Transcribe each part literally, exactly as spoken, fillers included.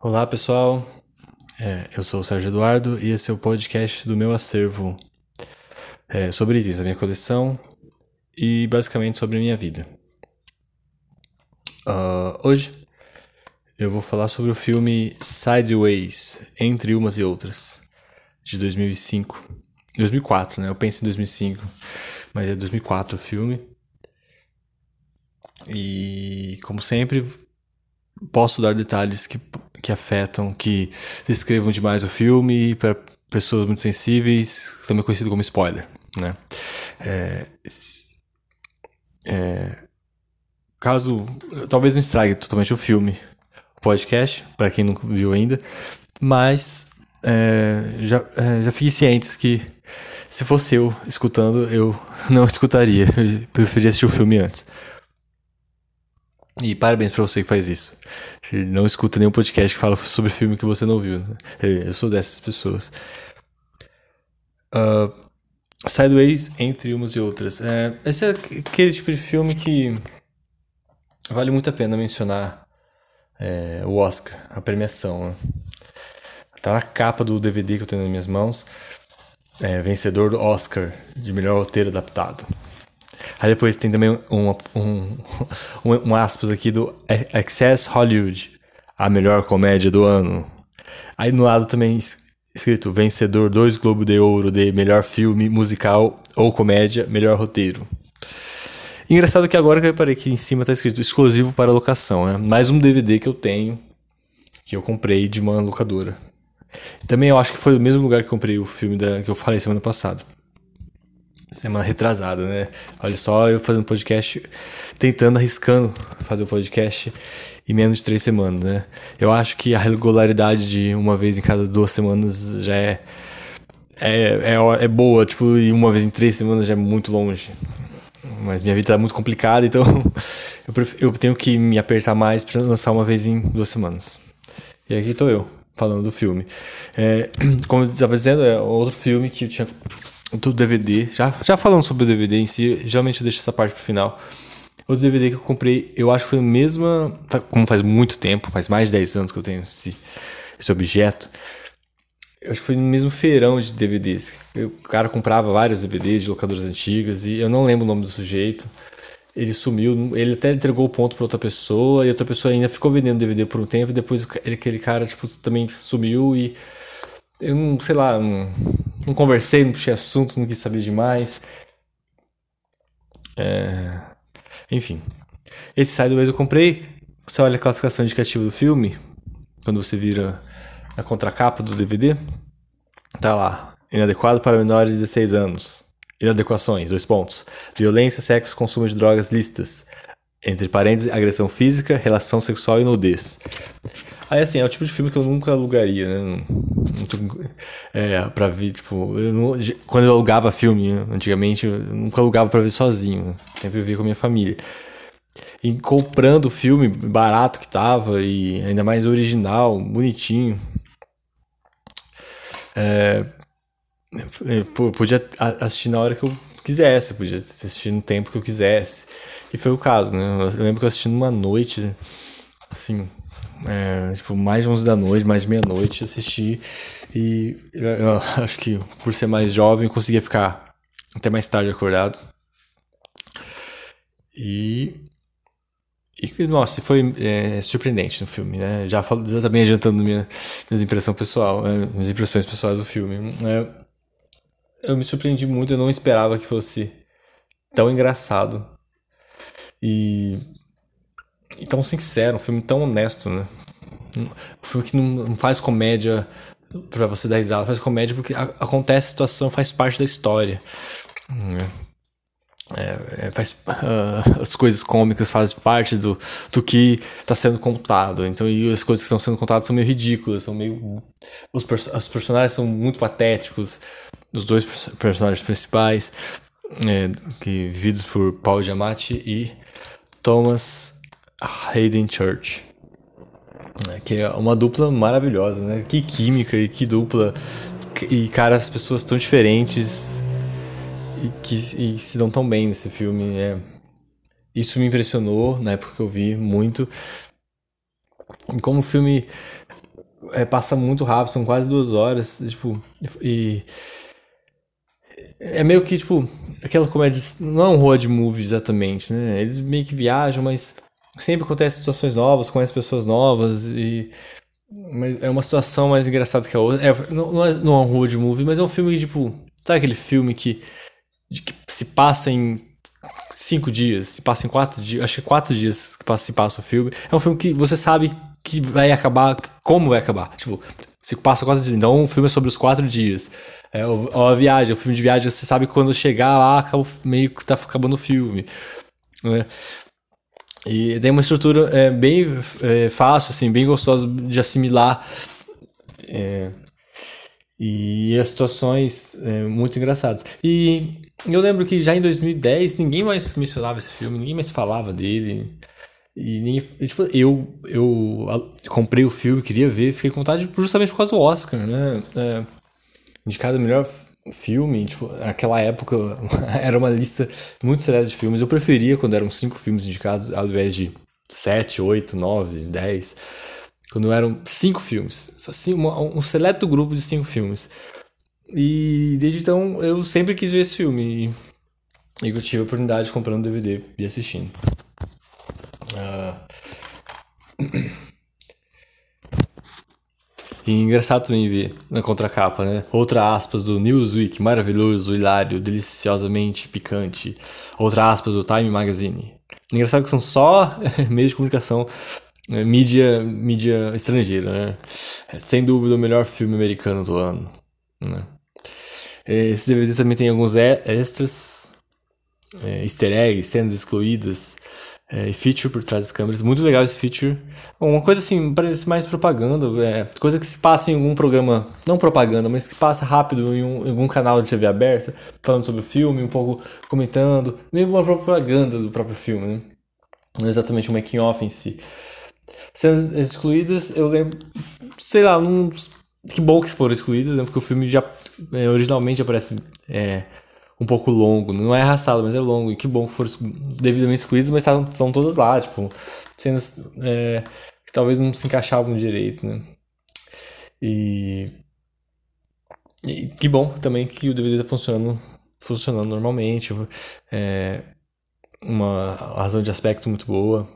Olá pessoal, É, eu sou o Sérgio Eduardo e esse é o podcast do meu acervo é, sobre itens da minha coleção e basicamente sobre a minha vida. Ah, hoje eu vou falar sobre o filme Sideways, Entre Umas e Outras, de dois mil e cinco. dois mil e quatro, né? Eu penso em dois mil e cinco, mas é dois mil e quatro o filme. E, como sempre, posso dar detalhes que, que afetam, que descrevam demais o filme para pessoas muito sensíveis, também conhecido como spoiler, né? É, é, caso, talvez não estrague totalmente o filme, o podcast, para quem não viu ainda, mas é, já, é, já fiquem cientes que se fosse eu escutando, eu não escutaria, eu preferia assistir o filme antes. E parabéns pra você que faz isso. Não escuta nenhum podcast que fala sobre filme que você não viu. Né? Eu sou dessas pessoas. Uh, Sideways, Entre Umas e Outras. É, esse é aquele tipo de filme que vale muito a pena mencionar é, o Oscar, a premiação. Né? Tá na capa do D V D que eu tenho nas minhas mãos. É, vencedor do Oscar de melhor roteiro adaptado. Aí depois tem também um, um, um, um aspas aqui do Access Hollywood, a melhor comédia do ano. Aí no lado também escrito vencedor dois Globo de Ouro de melhor filme, musical ou comédia, melhor roteiro. Engraçado que agora que eu reparei que em cima tá escrito exclusivo para locação, né? Mais um D V D que eu tenho, que eu comprei de uma locadora. Também eu acho que foi o mesmo lugar que eu comprei o filme da, que eu falei semana passada. Semana retrasada, né? Olha só, eu fazendo podcast, tentando, arriscando fazer o podcast em menos de três semanas, né? Eu acho que a regularidade de uma vez em cada duas semanas já é, é, é, é boa, tipo, e uma vez em três semanas já é muito longe. Mas minha vida tá muito complicada, então eu, prefiro, eu tenho que me apertar mais pra lançar uma vez em duas semanas. E aqui tô eu, falando do filme. É, como eu estava dizendo, é outro filme que eu tinha do D V D, já, já falando sobre o D V D em si, geralmente eu deixo essa parte pro final. O D V D que eu comprei, eu acho que foi a mesma, como faz muito tempo, faz mais de dez anos que eu tenho esse, esse objeto. Eu acho que foi no mesmo feirão de D V Ds. O cara comprava vários D V Ds de locadoras antigas e eu não lembro o nome do sujeito. Ele sumiu, ele até entregou o ponto pra outra pessoa e outra pessoa ainda ficou vendendo D V D por um tempo e depois aquele cara, tipo, também sumiu e eu não, sei lá, não, não conversei, não puxei assunto, não quis saber demais. É... Enfim. Esse Sideways eu comprei. Você olha a classificação indicativa do filme, quando você vira a contracapa do D V D, tá lá. Inadequado para menores de dezesseis anos. Inadequações, dois pontos. Violência, sexo, consumo de drogas listas. Entre parênteses, agressão física, relação sexual e nudez. Aí, assim, é o tipo de filme que eu nunca alugaria, né? É, pra ver, tipo... Eu não, quando eu alugava filme, antigamente, eu nunca alugava pra ver sozinho. Né? Sempre via com a minha família. E comprando o filme barato que tava, e ainda mais original, bonitinho. É, eu podia assistir na hora que eu quisesse, podia assistir no tempo que eu quisesse. E foi o caso, né? Eu lembro que eu assisti numa noite, assim... É, tipo, mais de onze da noite, mais de meia-noite, assisti e eu, eu acho que por ser mais jovem conseguia ficar até mais tarde acordado. E, e nossa, foi é, surpreendente no filme, né? Já, falo, já também adiantando minha, minhas impressões pessoal, né? Minhas impressões pessoais do filme. É, eu me surpreendi muito, eu não esperava que fosse tão engraçado e, e tão sincero, um filme tão honesto, né? Um filme que não faz comédia pra você dar risada, faz comédia porque acontece a situação, faz parte da história. É, é, faz, uh, as coisas cômicas fazem parte do, do que está sendo contado. Então, e as coisas que estão sendo contadas são meio ridículas, são meio. Os, os personagens são muito patéticos, os dois personagens principais, é, que vividos por Paul Giamatti e Thomas Hayden Church. Que é uma dupla maravilhosa, né? Que química e que dupla. E, cara, as pessoas tão diferentes e que e se dão tão bem nesse filme. É. Isso me impressionou na época que eu vi muito. E como o filme é, passa muito rápido, são quase duas horas, tipo, e é meio que, tipo, aquela comédia, não é um road movie exatamente, né? Eles meio que viajam, mas sempre acontecem situações novas, conhecem pessoas novas e mas é uma situação mais engraçada que a outra. É, não, não, é, não é um road movie, mas é um filme que, tipo, sabe aquele filme que, de- que se passa em cinco dias, se passa em quatro dias, acho que é quatro dias que passa, se passa o filme. É um filme que você sabe que vai acabar, como vai acabar. Tipo, se passa quatro dias. Então, o filme é sobre os quatro dias. É, ou, ou a viagem, o filme de viagem, você sabe que quando chegar lá, acaba, meio que tá acabando o filme. Né? E tem uma estrutura é, bem é, fácil, assim, bem gostosa de assimilar. E as situações é, muito engraçadas. E eu lembro que já em dois mil e dez ninguém mais mencionava esse filme, ninguém mais falava dele. E ninguém, e, tipo, eu, eu a- comprei o filme, queria ver, fiquei com vontade justamente por causa do Oscar, né? É, indicado o melhor f- filme, tipo, naquela época era uma lista muito seleta de filmes. Eu preferia quando eram cinco filmes indicados, ao invés de sete, oito, nove, dez. Quando eram cinco filmes. Só assim, uma- um seleto grupo de cinco filmes. E desde então eu sempre quis ver esse filme. E, e eu tive a oportunidade de comprar um D V D e assistindo. E engraçado também ver na contracapa, né? Outra aspas do Newsweek, maravilhoso, hilário, deliciosamente picante. Outra aspas do Time Magazine. Engraçado que são só meios de comunicação, né? mídia, mídia estrangeira, né? É, sem dúvida o melhor filme americano do ano, né? Esse D V D também tem alguns e- extras, é, easter eggs, cenas excluídas, é, e feature por trás das câmeras. Muito legal esse feature. Uma coisa assim, parece mais propaganda, é, coisa que se passa em algum programa, não propaganda, mas que passa rápido em, um, em algum canal de T V aberta, falando sobre o filme, um pouco comentando, meio uma propaganda do próprio filme, né? Não é exatamente um making off em si. Cenas excluídas, eu lembro, sei lá, não, que bom que foram excluídas, né? Porque o filme já é, originalmente aparece é, um pouco longo, não é arrastado, mas é longo, e que bom que foram devidamente excluídas, mas estão todas lá, tipo, cenas é, que talvez não se encaixavam direito, né? E, e que bom também que o D V D tá funcionando, funcionando normalmente, é, uma razão de aspecto muito boa.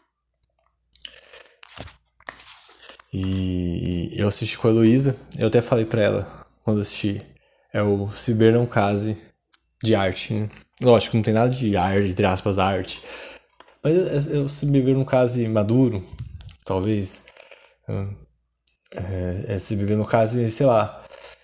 E eu assisti com a Heloísa, eu até falei pra ela quando assisti, é o Se Beber Não Case de arte, né? Lógico, não tem nada de arte, entre aspas, arte. Mas é, é o Se Beber Não Case maduro, talvez. É, é Se Beber Não Case, sei lá.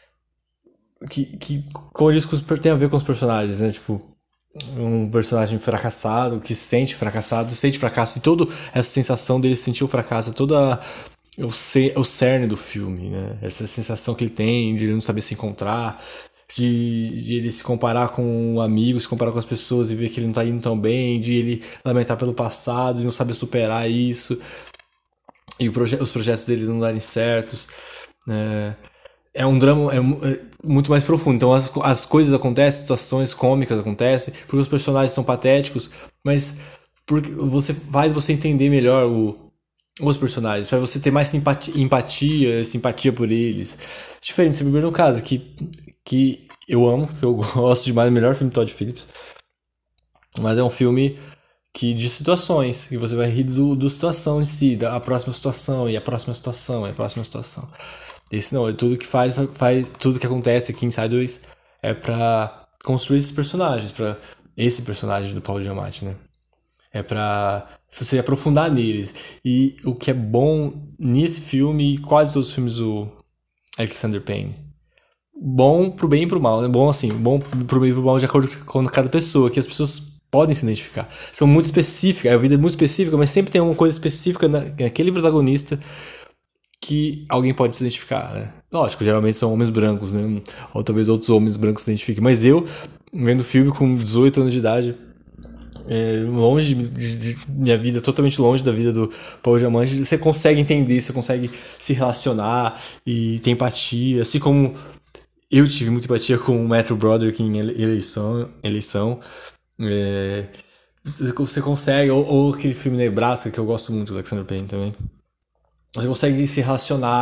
Que, que como eu disse, tem a ver com os personagens, né? Tipo, um personagem fracassado, que se sente fracassado, sente fracasso, e toda essa sensação dele sentir o fracasso, toda o, ce, o cerne do filme, né? Essa sensação que ele tem de ele não saber se encontrar, de, de ele se comparar com um amigo, se comparar com as pessoas e ver que ele não tá indo tão bem, de ele lamentar pelo passado e não saber superar isso, e proje os projetos dele não darem certos. É, é um drama é, é muito mais profundo. Então as, as coisas acontecem, situações cômicas acontecem, porque os personagens são patéticos, mas porque você faz você entender melhor o, os personagens, faz você ter mais simpatia, empatia, simpatia por eles. Diferente de Beber no Caso, que, que eu amo, que eu gosto demais, o melhor filme do Todd Phillips. Mas é um filme que de situações, que você vai rir do, do situação em si, da a próxima situação, e a próxima situação, e a próxima situação. Esse não, é tudo que faz, faz tudo que acontece aqui em Sideways é pra construir esses personagens, pra esse personagem do Paul Giamatti, né? É pra você aprofundar neles. E o que é bom nesse filme e quase todos os filmes do Alexander Payne. Bom pro bem e pro mal, né? Bom assim, bom pro bem e pro mal de acordo com cada pessoa, que as pessoas podem se identificar. São muito específicas, a vida é muito específica, mas sempre tem uma coisa específica naquele protagonista que alguém pode se identificar, né? Lógico, geralmente são homens brancos, né? Ou talvez outros homens brancos se identifiquem. Mas eu, vendo o filme com dezoito anos de idade, é, longe de, de, de minha vida, totalmente longe da vida do Paul Giamatti, você consegue entender, você consegue se relacionar e ter empatia, assim como eu tive muita empatia com o Matthew Broderick em eleição, eleição é, você consegue, ou, ou aquele filme Nebraska, que eu gosto muito do Alexander Payne também, você consegue se relacionar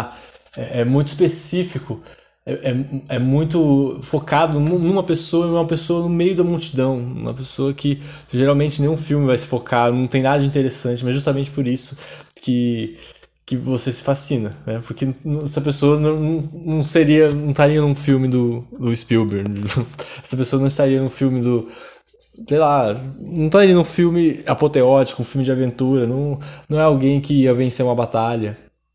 é, é muito específico, é, é, é muito focado numa pessoa, uma pessoa no meio da multidão, uma pessoa que geralmente nenhum filme vai se focar, não tem nada de interessante, mas justamente por isso que, que você se fascina, né? Porque essa pessoa não, não seria, não estaria num filme do, do Spielberg, essa pessoa não estaria num filme do, sei lá, não estaria num filme apoteótico, um filme de aventura, não, não é alguém que ia vencer uma batalha.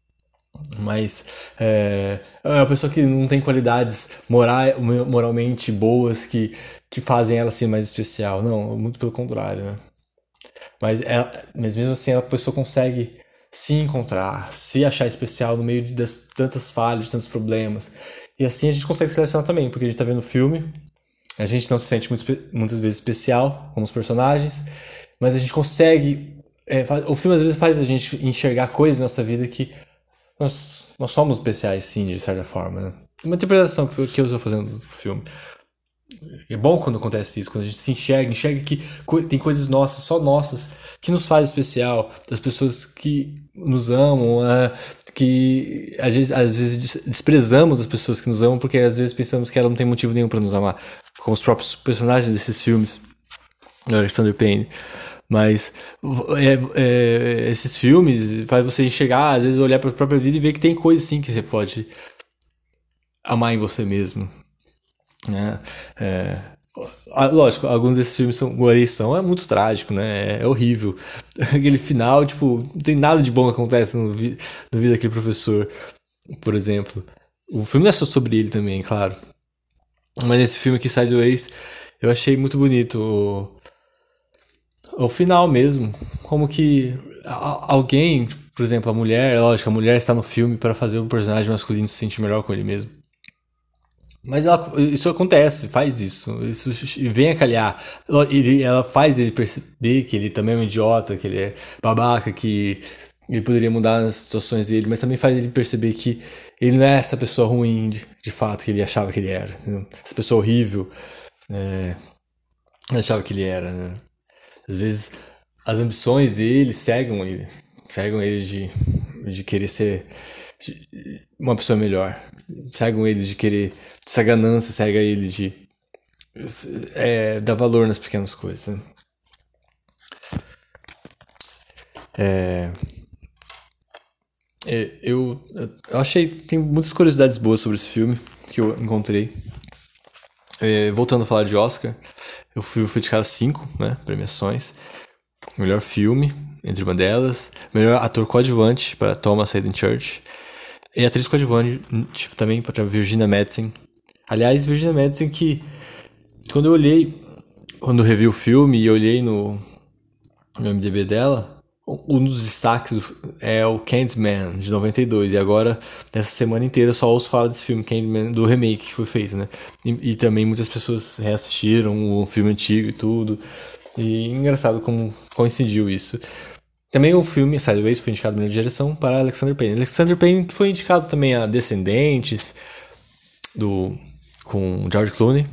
Mas é, é uma pessoa que não tem qualidades moral, moralmente boas que, que fazem ela ser mais especial. Não, muito pelo contrário, né? Mas, ela, mas mesmo assim a pessoa consegue se encontrar, se achar especial no meio de das, tantas falhas, de tantos problemas. E assim a gente consegue selecionar também, porque a gente tá vendo o filme, a gente não se sente muito, muitas vezes especial como os personagens, mas a gente consegue... É, o filme às vezes faz a gente enxergar coisas na nossa vida que nós, nós somos especiais, sim, de certa forma, né? Uma interpretação que eu estou fazendo do filme. É bom quando acontece isso, quando a gente se enxerga, enxerga que tem coisas nossas, só nossas, que nos faz especial, das pessoas que nos amam, uh, que às vezes, às vezes desprezamos as pessoas que nos amam, porque às vezes pensamos que ela não tem motivo nenhum para nos amar, como os próprios personagens desses filmes, do Alexander Payne. Mas é, é, esses filmes faz você enxergar, às vezes olhar para a própria vida e ver que tem coisas sim que você pode amar em você mesmo, né? É, lógico, alguns desses filmes são, o Eleição é muito trágico, né? É, é horrível. Aquele final, tipo, não tem nada de bom que acontece no, vi, no vida daquele professor, por exemplo. O filme não é só sobre ele também, claro. Mas esse filme aqui, Sideways, eu achei muito bonito. O, o final mesmo, como que alguém, por exemplo, a mulher, lógico, a mulher está no filme para fazer o personagem masculino se sentir melhor com ele mesmo. Mas ela, isso acontece, faz isso, isso vem a calhar. Ele, ela faz ele perceber que ele também é um idiota, que ele é babaca, que ele poderia mudar as situações dele, mas também faz ele perceber que ele não é essa pessoa ruim de, de fato que ele achava que ele era. Entendeu? Essa pessoa horrível, é, ele achava que ele era, né? Às vezes as ambições dele cegam ele, cegam ele de, de querer ser de uma pessoa melhor, cegam ele de querer, essa ganância cega ele de é, dar valor nas pequenas coisas. Né? É, é, eu, eu achei, tem muitas curiosidades boas sobre esse filme que eu encontrei. É, voltando a falar de Oscar, eu fui, fui indicado cinco, né, premiações. Melhor filme, entre uma delas. Melhor ator coadjuvante para Thomas Hayden Church. E atriz coadjuvante tipo, também para Virginia Madsen. Aliás, Virginia Madsen que quando eu olhei, quando eu revi o filme e olhei no, no I M D B dela, um dos destaques é o Candyman, de noventa e dois. E agora, nessa semana inteira, só ouço falar desse filme, Candyman, do remake que foi feito, né? E, e também muitas pessoas reassistiram o filme antigo e tudo. E engraçado como coincidiu isso. Também o filme Sideways foi indicado melhor direção para Alexander Payne. Alexander Payne que foi indicado também a Descendentes, do, com George Clooney,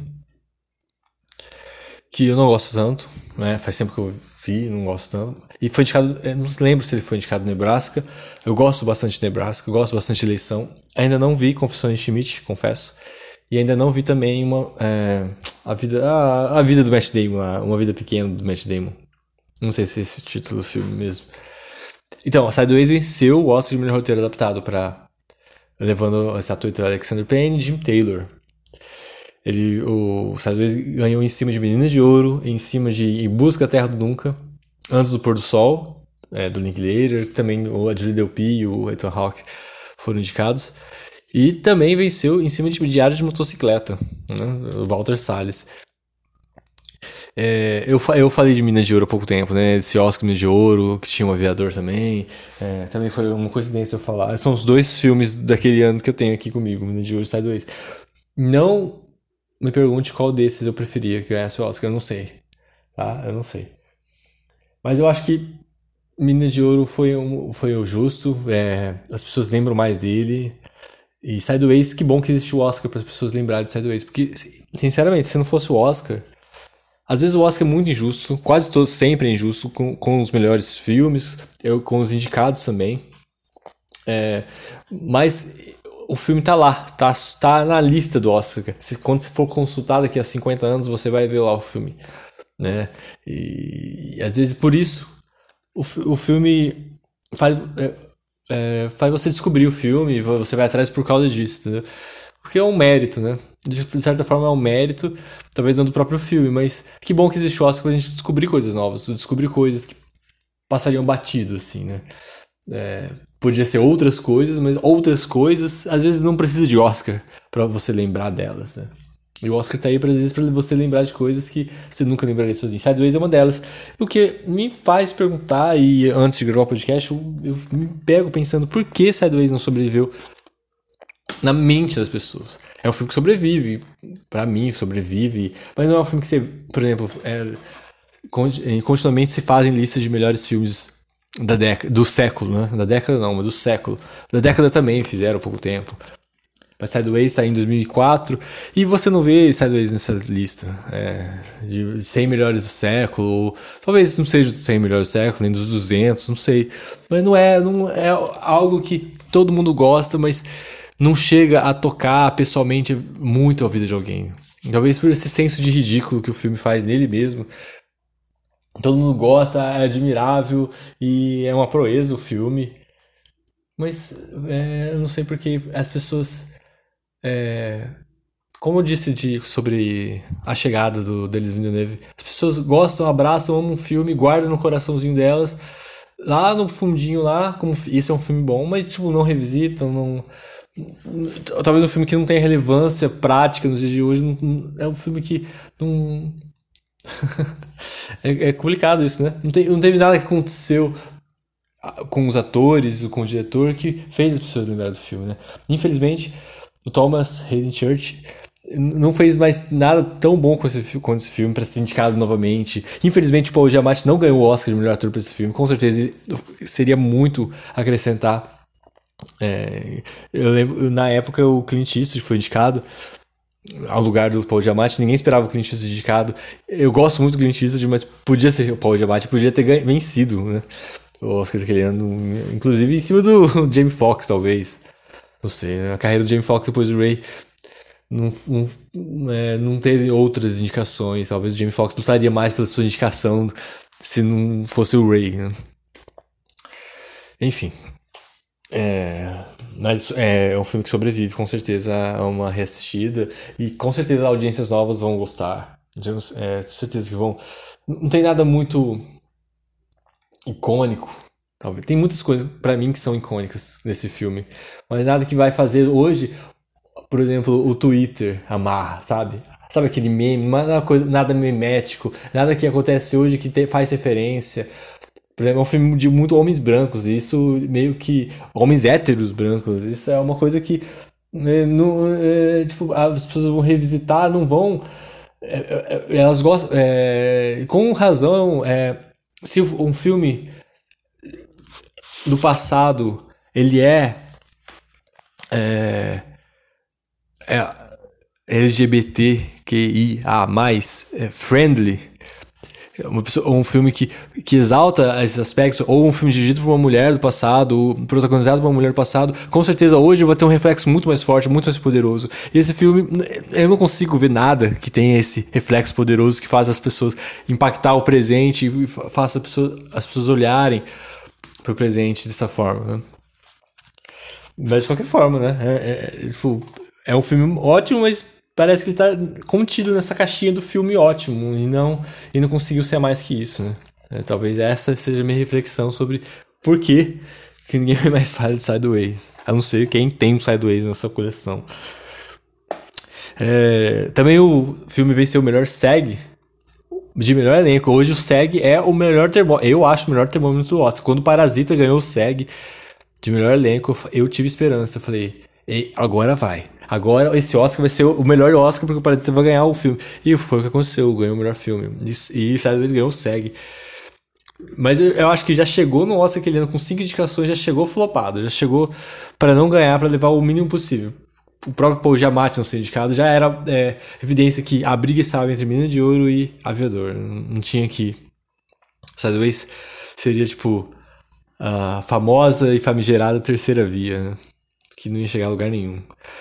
que eu não gosto tanto, né? Faz tempo que eu vi, não gosto tanto. E foi indicado, eu não lembro se ele foi indicado no Nebraska. Eu gosto bastante de Nebraska, eu gosto bastante de Eleição. Ainda não vi Confissões de Schmidt, confesso. E ainda não vi também uma, é, a, vida, a, a vida do Matt Damon, Uma Vida Pequena do Matt Damon. Não sei se é esse o título do filme mesmo. Então, a Sideways venceu o Oscar de melhor roteiro adaptado para levando a estatueta Alexander Payne e Jim Taylor. Ele, o Sideways ganhou em cima de Meninas de Ouro, em cima de Em Busca da Terra do Nunca, Antes do Pôr do Sol, é, do Linklater, também o Julie Delpy e o Ethan Hawke foram indicados. E também venceu em cima de Diário de Motocicleta, né, o Walter Salles. É, eu, eu falei de Minas de Ouro há pouco tempo, né? Esse Oscar Minas de Ouro, que tinha um aviador também. É, também foi uma coincidência eu falar. São os dois filmes daquele ano que eu tenho aqui comigo, Minas de Ouro e Sideways. Não me pergunte qual desses eu preferia que ganhasse o Oscar, eu não sei. Tá? Eu não sei. Mas eu acho que Minas de Ouro foi, um, foi o justo. É, as pessoas lembram mais dele. E Sideways, que bom que existe o Oscar para as pessoas lembrarem de Sideways. Porque, sinceramente, se não fosse o Oscar... Às vezes o Oscar é muito injusto, quase todo, sempre é injusto com, com os melhores filmes, eu, com os indicados também. É, mas o filme tá lá, tá, tá na lista do Oscar. Se, quando você for consultar daqui a cinquenta anos, você vai ver lá o filme, né? E, e às vezes por isso o, o filme faz, é, é, faz você descobrir o filme, você vai atrás por causa disso, entendeu? Porque é um mérito, né? De certa forma é um mérito, talvez não do próprio filme, mas que bom que existe o Oscar pra gente descobrir coisas novas, descobrir coisas que passariam batido, assim, né? É, podia ser outras coisas, mas outras coisas às vezes não precisa de Oscar pra você lembrar delas, né? E o Oscar tá aí, às vezes, pra você lembrar de coisas que você nunca lembraria sozinho. Sideways é uma delas. O que me faz perguntar, e antes de gravar o podcast, eu, eu me pego pensando por que Sideways não sobreviveu na mente das pessoas. É um filme que sobrevive, pra mim sobrevive, mas não é um filme que você, por exemplo, é, continuamente se fazem listas de melhores filmes da década, do século, né? Da década não, mas do século. Da década também fizeram há pouco tempo. Mas Sideways saiu em dois mil e quatro e você não vê Sideways nessa lista é, de cem melhores do século, ou, talvez não seja dos cem melhores do século, nem dos duzentos, não sei. Mas não é, não é algo que todo mundo gosta, mas não chega a tocar pessoalmente muito a vida de alguém. Talvez por esse senso de ridículo que o filme faz nele mesmo. Todo mundo gosta, é admirável e é uma proeza o filme. Mas é, eu não sei porque as pessoas... É, como eu disse de, sobre a chegada do Denis Villeneuve, as pessoas gostam, abraçam, amam um filme, guardam no coraçãozinho delas, lá no fundinho lá, como isso é um filme bom, mas tipo, não revisitam, não... Talvez um filme que não tenha relevância prática nos dias de hoje, não, é um filme que não... é, é complicado isso, né? Não, tem, não teve nada que aconteceu com os atores, com o diretor, que fez as pessoas lembrarem do filme, né? Infelizmente... O Thomas Hayden Church não fez mais nada tão bom com esse, com esse filme para ser indicado novamente. Infelizmente, o Paul Giamatti não ganhou o Oscar de melhor ator para esse filme. Com certeza seria muito acrescentar. É, eu lembro, na época, o Clint Eastwood foi indicado ao lugar do Paul Giamatti. Ninguém esperava o Clint Eastwood indicado. Eu gosto muito do Clint Eastwood, mas podia ser o Paul Giamatti, podia ter ganho, vencido, né, o Oscar daquele ano. Inclusive em cima do Jamie Foxx, talvez. Não sei, né? A carreira do Jamie Foxx depois do Ray não, não, é, não teve outras indicações. Talvez o Jamie Foxx lutaria mais pela sua indicação se não fosse o Ray, né? Enfim. É, mas é um filme que sobrevive, com certeza, a uma reassistida. E com certeza audiências novas vão gostar. É, com certeza que vão... Não tem nada muito icônico. Talvez. Tem muitas coisas pra mim que são icônicas nesse filme, mas nada que vai fazer hoje, por exemplo, o Twitter amar, sabe? Sabe aquele meme, nada, coisa, nada memético, nada que acontece hoje que te, faz referência. Por exemplo, é um filme de muito homens brancos, isso meio que... Homens héteros brancos, isso é uma coisa que... É, não, é, tipo, as pessoas vão revisitar, não vão... É, é, elas gostam... É, com razão, é, se um filme... do passado, ele é, é, é L G B T Q I A mais, é friendly, uma pessoa, um filme que, que exalta esses aspectos, ou um filme dirigido por uma mulher do passado, protagonizado por uma mulher do passado, com certeza hoje vai ter um reflexo muito mais forte, muito mais poderoso. E esse filme, eu não consigo ver nada que tenha esse reflexo poderoso que faz as pessoas impactar o presente e faça as pessoas, as pessoas olharem pro presente dessa forma, né? Mas de qualquer forma, né? É, é, tipo, é um filme ótimo, mas parece que ele tá contido nessa caixinha do filme ótimo e não, e não conseguiu ser mais que isso, né? É, talvez essa seja a minha reflexão sobre por que, que ninguém mais fala de Sideways. A não ser quem tem um Sideways na sua coleção. É, também o filme venceu o melhor S E G de melhor elenco. Hoje o S E G é o melhor termômetro. Eu acho o melhor termômetro do Oscar. Quando o Parasita ganhou o S E G de melhor elenco, eu tive esperança. Eu falei, agora vai. Agora esse Oscar vai ser o melhor Oscar porque o Parasita vai ganhar o filme. E foi o que aconteceu. Ganhou o melhor filme. E Sideways ganhou o S E G. Mas eu, eu acho que já chegou no Oscar aquele ano com cinco indicações, já chegou flopado. Já chegou para não ganhar, para levar o mínimo possível. O próprio Paul Giamatti não ser indicado já era é, evidência que a briga estava entre Menina de Ouro e Aviador. Não, não tinha que... Sideways seria tipo a famosa e famigerada terceira via, né? que não ia chegar a lugar nenhum.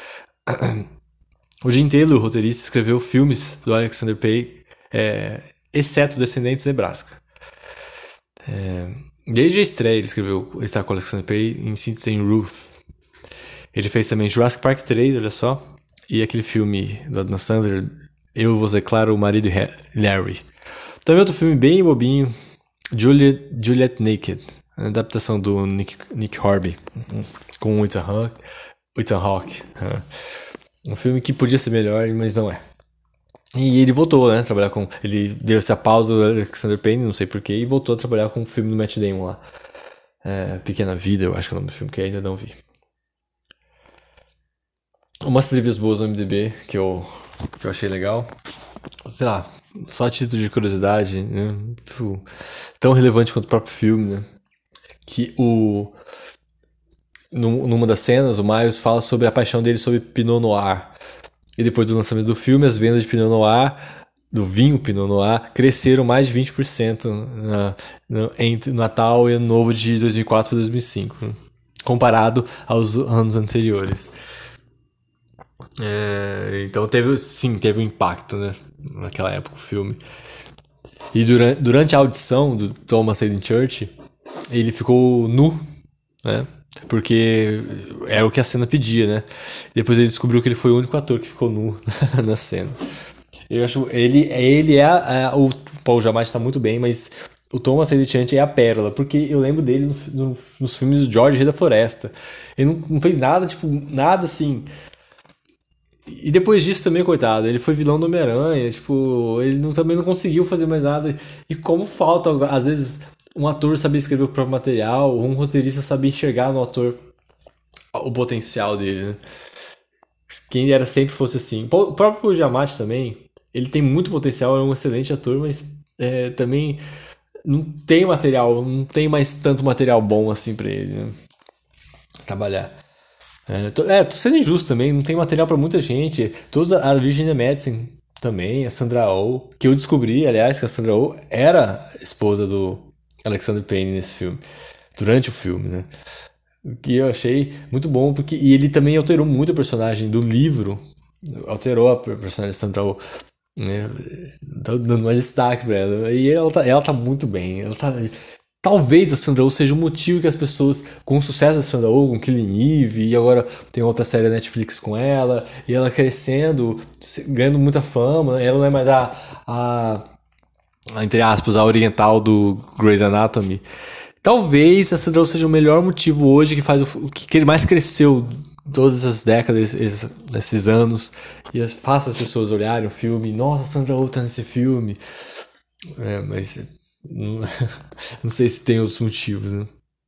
O Jim Taylor, o roteirista, escreveu filmes do Alexander Payne, é, exceto Descendentes de Nebraska. É, desde a estreia ele escreveu, ele está com o Alexander Payne em Citizen Ruth. Ele fez também Jurassic Park três, olha só, e aquele filme do Adam Sandler, Eu, Você, Claro, o Marido e Larry. Também outro filme bem bobinho, Juliet, Juliet Naked, a adaptação do Nick, Nick Horby, com o Ethan Hawke. Ethan Hawke. Um filme que podia ser melhor, mas não é. E ele voltou, né, a trabalhar com... Ele deu essa pausa do Alexander Payne, não sei porquê, e voltou a trabalhar com o filme do Matt Damon lá. É, Pequena Vida, eu acho que é o nome do filme, que ainda não vi. Umas trivias boas no I M D B que eu, que eu achei legal. Sei lá, só a título de curiosidade, né? Tão relevante quanto o próprio filme, né? Que o... Numa das cenas, o Miles fala sobre a paixão dele sobre Pinot Noir. E depois do lançamento do filme, as vendas de Pinot Noir, do vinho Pinot Noir, cresceram mais de vinte por cento na, na, entre Natal e Ano Novo de dois mil e quatro para dois mil e cinco, né? Comparado aos anos anteriores. É, então teve, sim, teve um impacto, né, naquela época o filme. E durante, durante a audição do Thomas Haden Church, ele ficou nu, né? Porque era o que a cena pedia, né? Depois ele descobriu que ele foi o único ator que ficou nu na cena. Eu acho ele ele é a, a, o Paul Giamatti tá muito bem, mas o Thomas Haden Church é a pérola, porque eu lembro dele no, no, nos filmes do George Rei da Floresta. Ele não, não fez nada, tipo, nada assim. E depois disso também, coitado, ele foi vilão do Homem-Aranha, tipo, ele não, também não conseguiu fazer mais nada. E como falta, às vezes, um ator saber escrever o próprio material, ou um roteirista saber enxergar no ator o potencial dele, né? Quem era sempre fosse assim. O próprio Giamatti também, ele tem muito potencial, é um excelente ator, mas é, também não tem material, não tem mais tanto material bom assim pra ele, né, trabalhar. É tô, é, tô sendo injusto também, não tem material pra muita gente. Todos a Virginia Madsen também, a Sandra Oh, que eu descobri, aliás, que a Sandra Oh era esposa do Alexander Payne nesse filme, durante o filme, né? O que eu achei muito bom, porque e ele também alterou muito a personagem do livro, alterou a personagem da Sandra Oh, né? Tá dando mais destaque pra ela. E ela tá, ela tá muito bem, ela tá... Talvez a Sandra Oh seja o motivo que as pessoas, com o sucesso da Sandra Oh, com Killing Eve, e agora tem outra série da Netflix com ela, e ela crescendo, ganhando muita fama, ela não é mais a, a, a entre aspas, a oriental do Grey's Anatomy. Talvez a Sandra Oh seja o melhor motivo hoje que faz o que ele mais cresceu todas essas décadas, esses, esses anos, e faça as pessoas olharem o filme, nossa, a Sandra Oh tá nesse filme. É, mas... Não, não sei se tem outros motivos, né?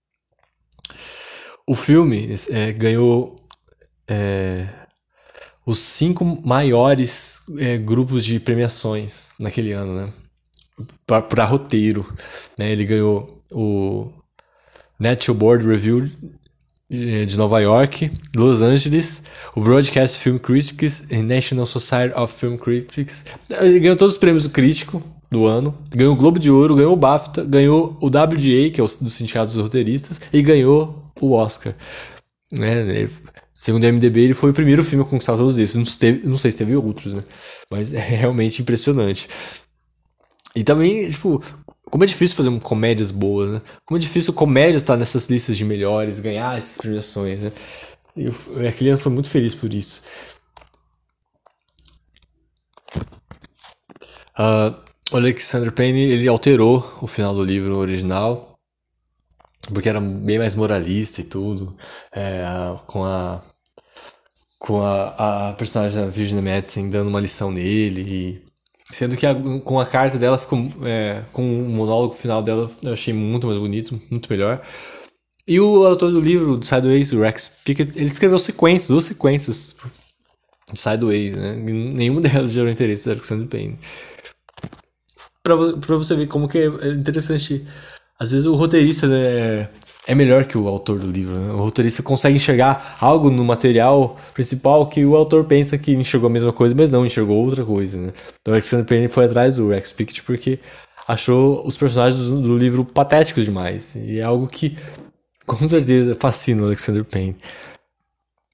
O filme é, ganhou é, os cinco maiores é, grupos de premiações naquele ano, né? Para roteiro, né? Ele ganhou o National Board Review de Nova York, Los Angeles, o Broadcast Film Critics e National Society of Film Critics. Ele ganhou todos os prêmios do crítico do ano, ganhou o Globo de Ouro, ganhou o BAFTA, ganhou o W G A, que é o do Sindicato dos Roteiristas, e ganhou o Oscar. Né? Segundo o I M D B, ele foi o primeiro filme a conquistar todos esses. Não, teve, não sei se teve outros, né? Mas é realmente impressionante. E também, tipo, como é difícil fazer comédias boas, né? Como é difícil comédia estar nessas listas de melhores, ganhar essas premiações, né? E aquele ano foi muito feliz por isso. Uh, o Alexander Payne, ele alterou o final do livro original, porque era bem mais moralista e tudo, é, com a com a, a personagem da Virginia Madsen dando uma lição nele, e, sendo que a, com a carta dela ficou, é, com o monólogo final dela, eu achei muito mais bonito, muito melhor. E o autor do livro, do Sideways, o Rex Pickett, ele escreveu sequências, duas sequências de Sideways, né? Nenhuma delas gerou interesse do Alexander Payne. Pra, pra você ver como que é interessante. Às vezes o roteirista, né, é melhor que o autor do livro, né? O roteirista consegue enxergar algo no material principal que o autor pensa que enxergou a mesma coisa, mas não, enxergou outra coisa, né? Então o Alexander Payne foi atrás do Rex Pickett porque achou os personagens do, do livro patéticos demais. E é algo que, com certeza, fascina o Alexander Payne.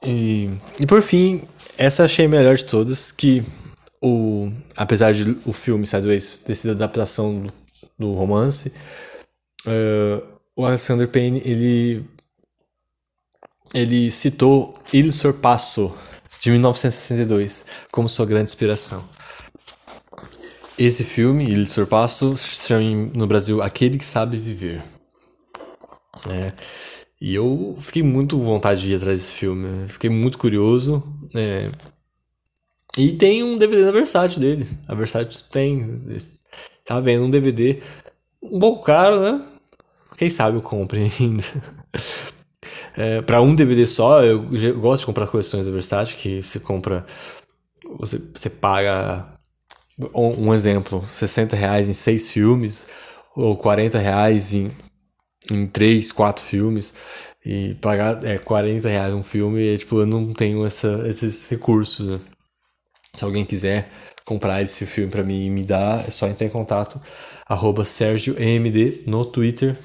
E, e por fim, essa achei a melhor de todas, que o, apesar de o filme Sideways ter sido adaptação do, do romance, uh, o Alexander Payne, ele, ele citou Il Sorpasso, de mil novecentos e sessenta e dois, como sua grande inspiração. Esse filme, Il Sorpasso, se chama no Brasil Aquele que Sabe Viver. É, e eu fiquei muito com vontade de ir atrás desse filme. Fiquei muito curioso. É, e tem um D V D na Versátil dele. A Versátil tem. Tá vendo um D V D um pouco caro, né? Quem sabe eu compre ainda. É, pra um D V D só, eu gosto de comprar coleções da Versátil, que você compra. Você, você paga. Um, um exemplo, sessenta reais em seis filmes, ou quarenta reais em, em três, quatro filmes, e pagar é, quarenta reais um filme, e, tipo, eu não tenho essa, esses recursos, né? Se alguém quiser comprar esse filme pra mim e me dar, é só entrar em contato, arroba SérgioEMD no Twitter.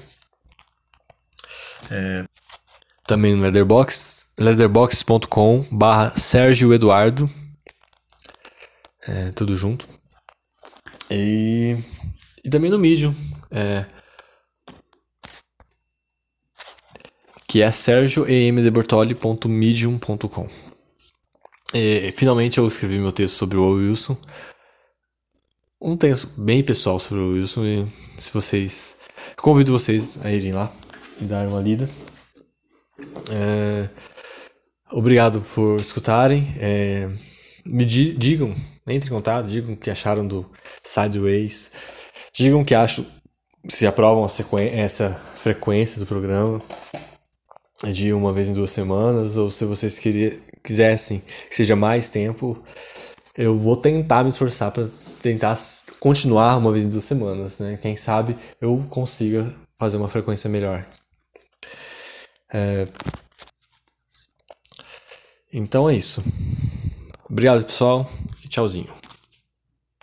É, também no Letterboxd, letterboxd ponto com barra Sérgio Eduardo, é, tudo junto. E, e também no Medium, é, que é sergio e m d bortoli ponto medium ponto com. E, finalmente eu escrevi meu texto sobre o Owen Wilson. Um texto bem pessoal sobre o Wilson. E se vocês. Eu convido vocês a irem lá e dar uma lida. É, obrigado por escutarem. É, me di- digam, entrem em contato, digam o que acharam do Sideways. Digam o que acham, se aprovam a sequ- essa frequência do programa de uma vez em duas semanas, ou se vocês queria, quisessem que seja mais tempo, eu vou tentar me esforçar para tentar continuar uma vez em duas semanas, né? Quem sabe eu consiga fazer uma frequência melhor. É... Então é isso. Obrigado, pessoal, e tchauzinho.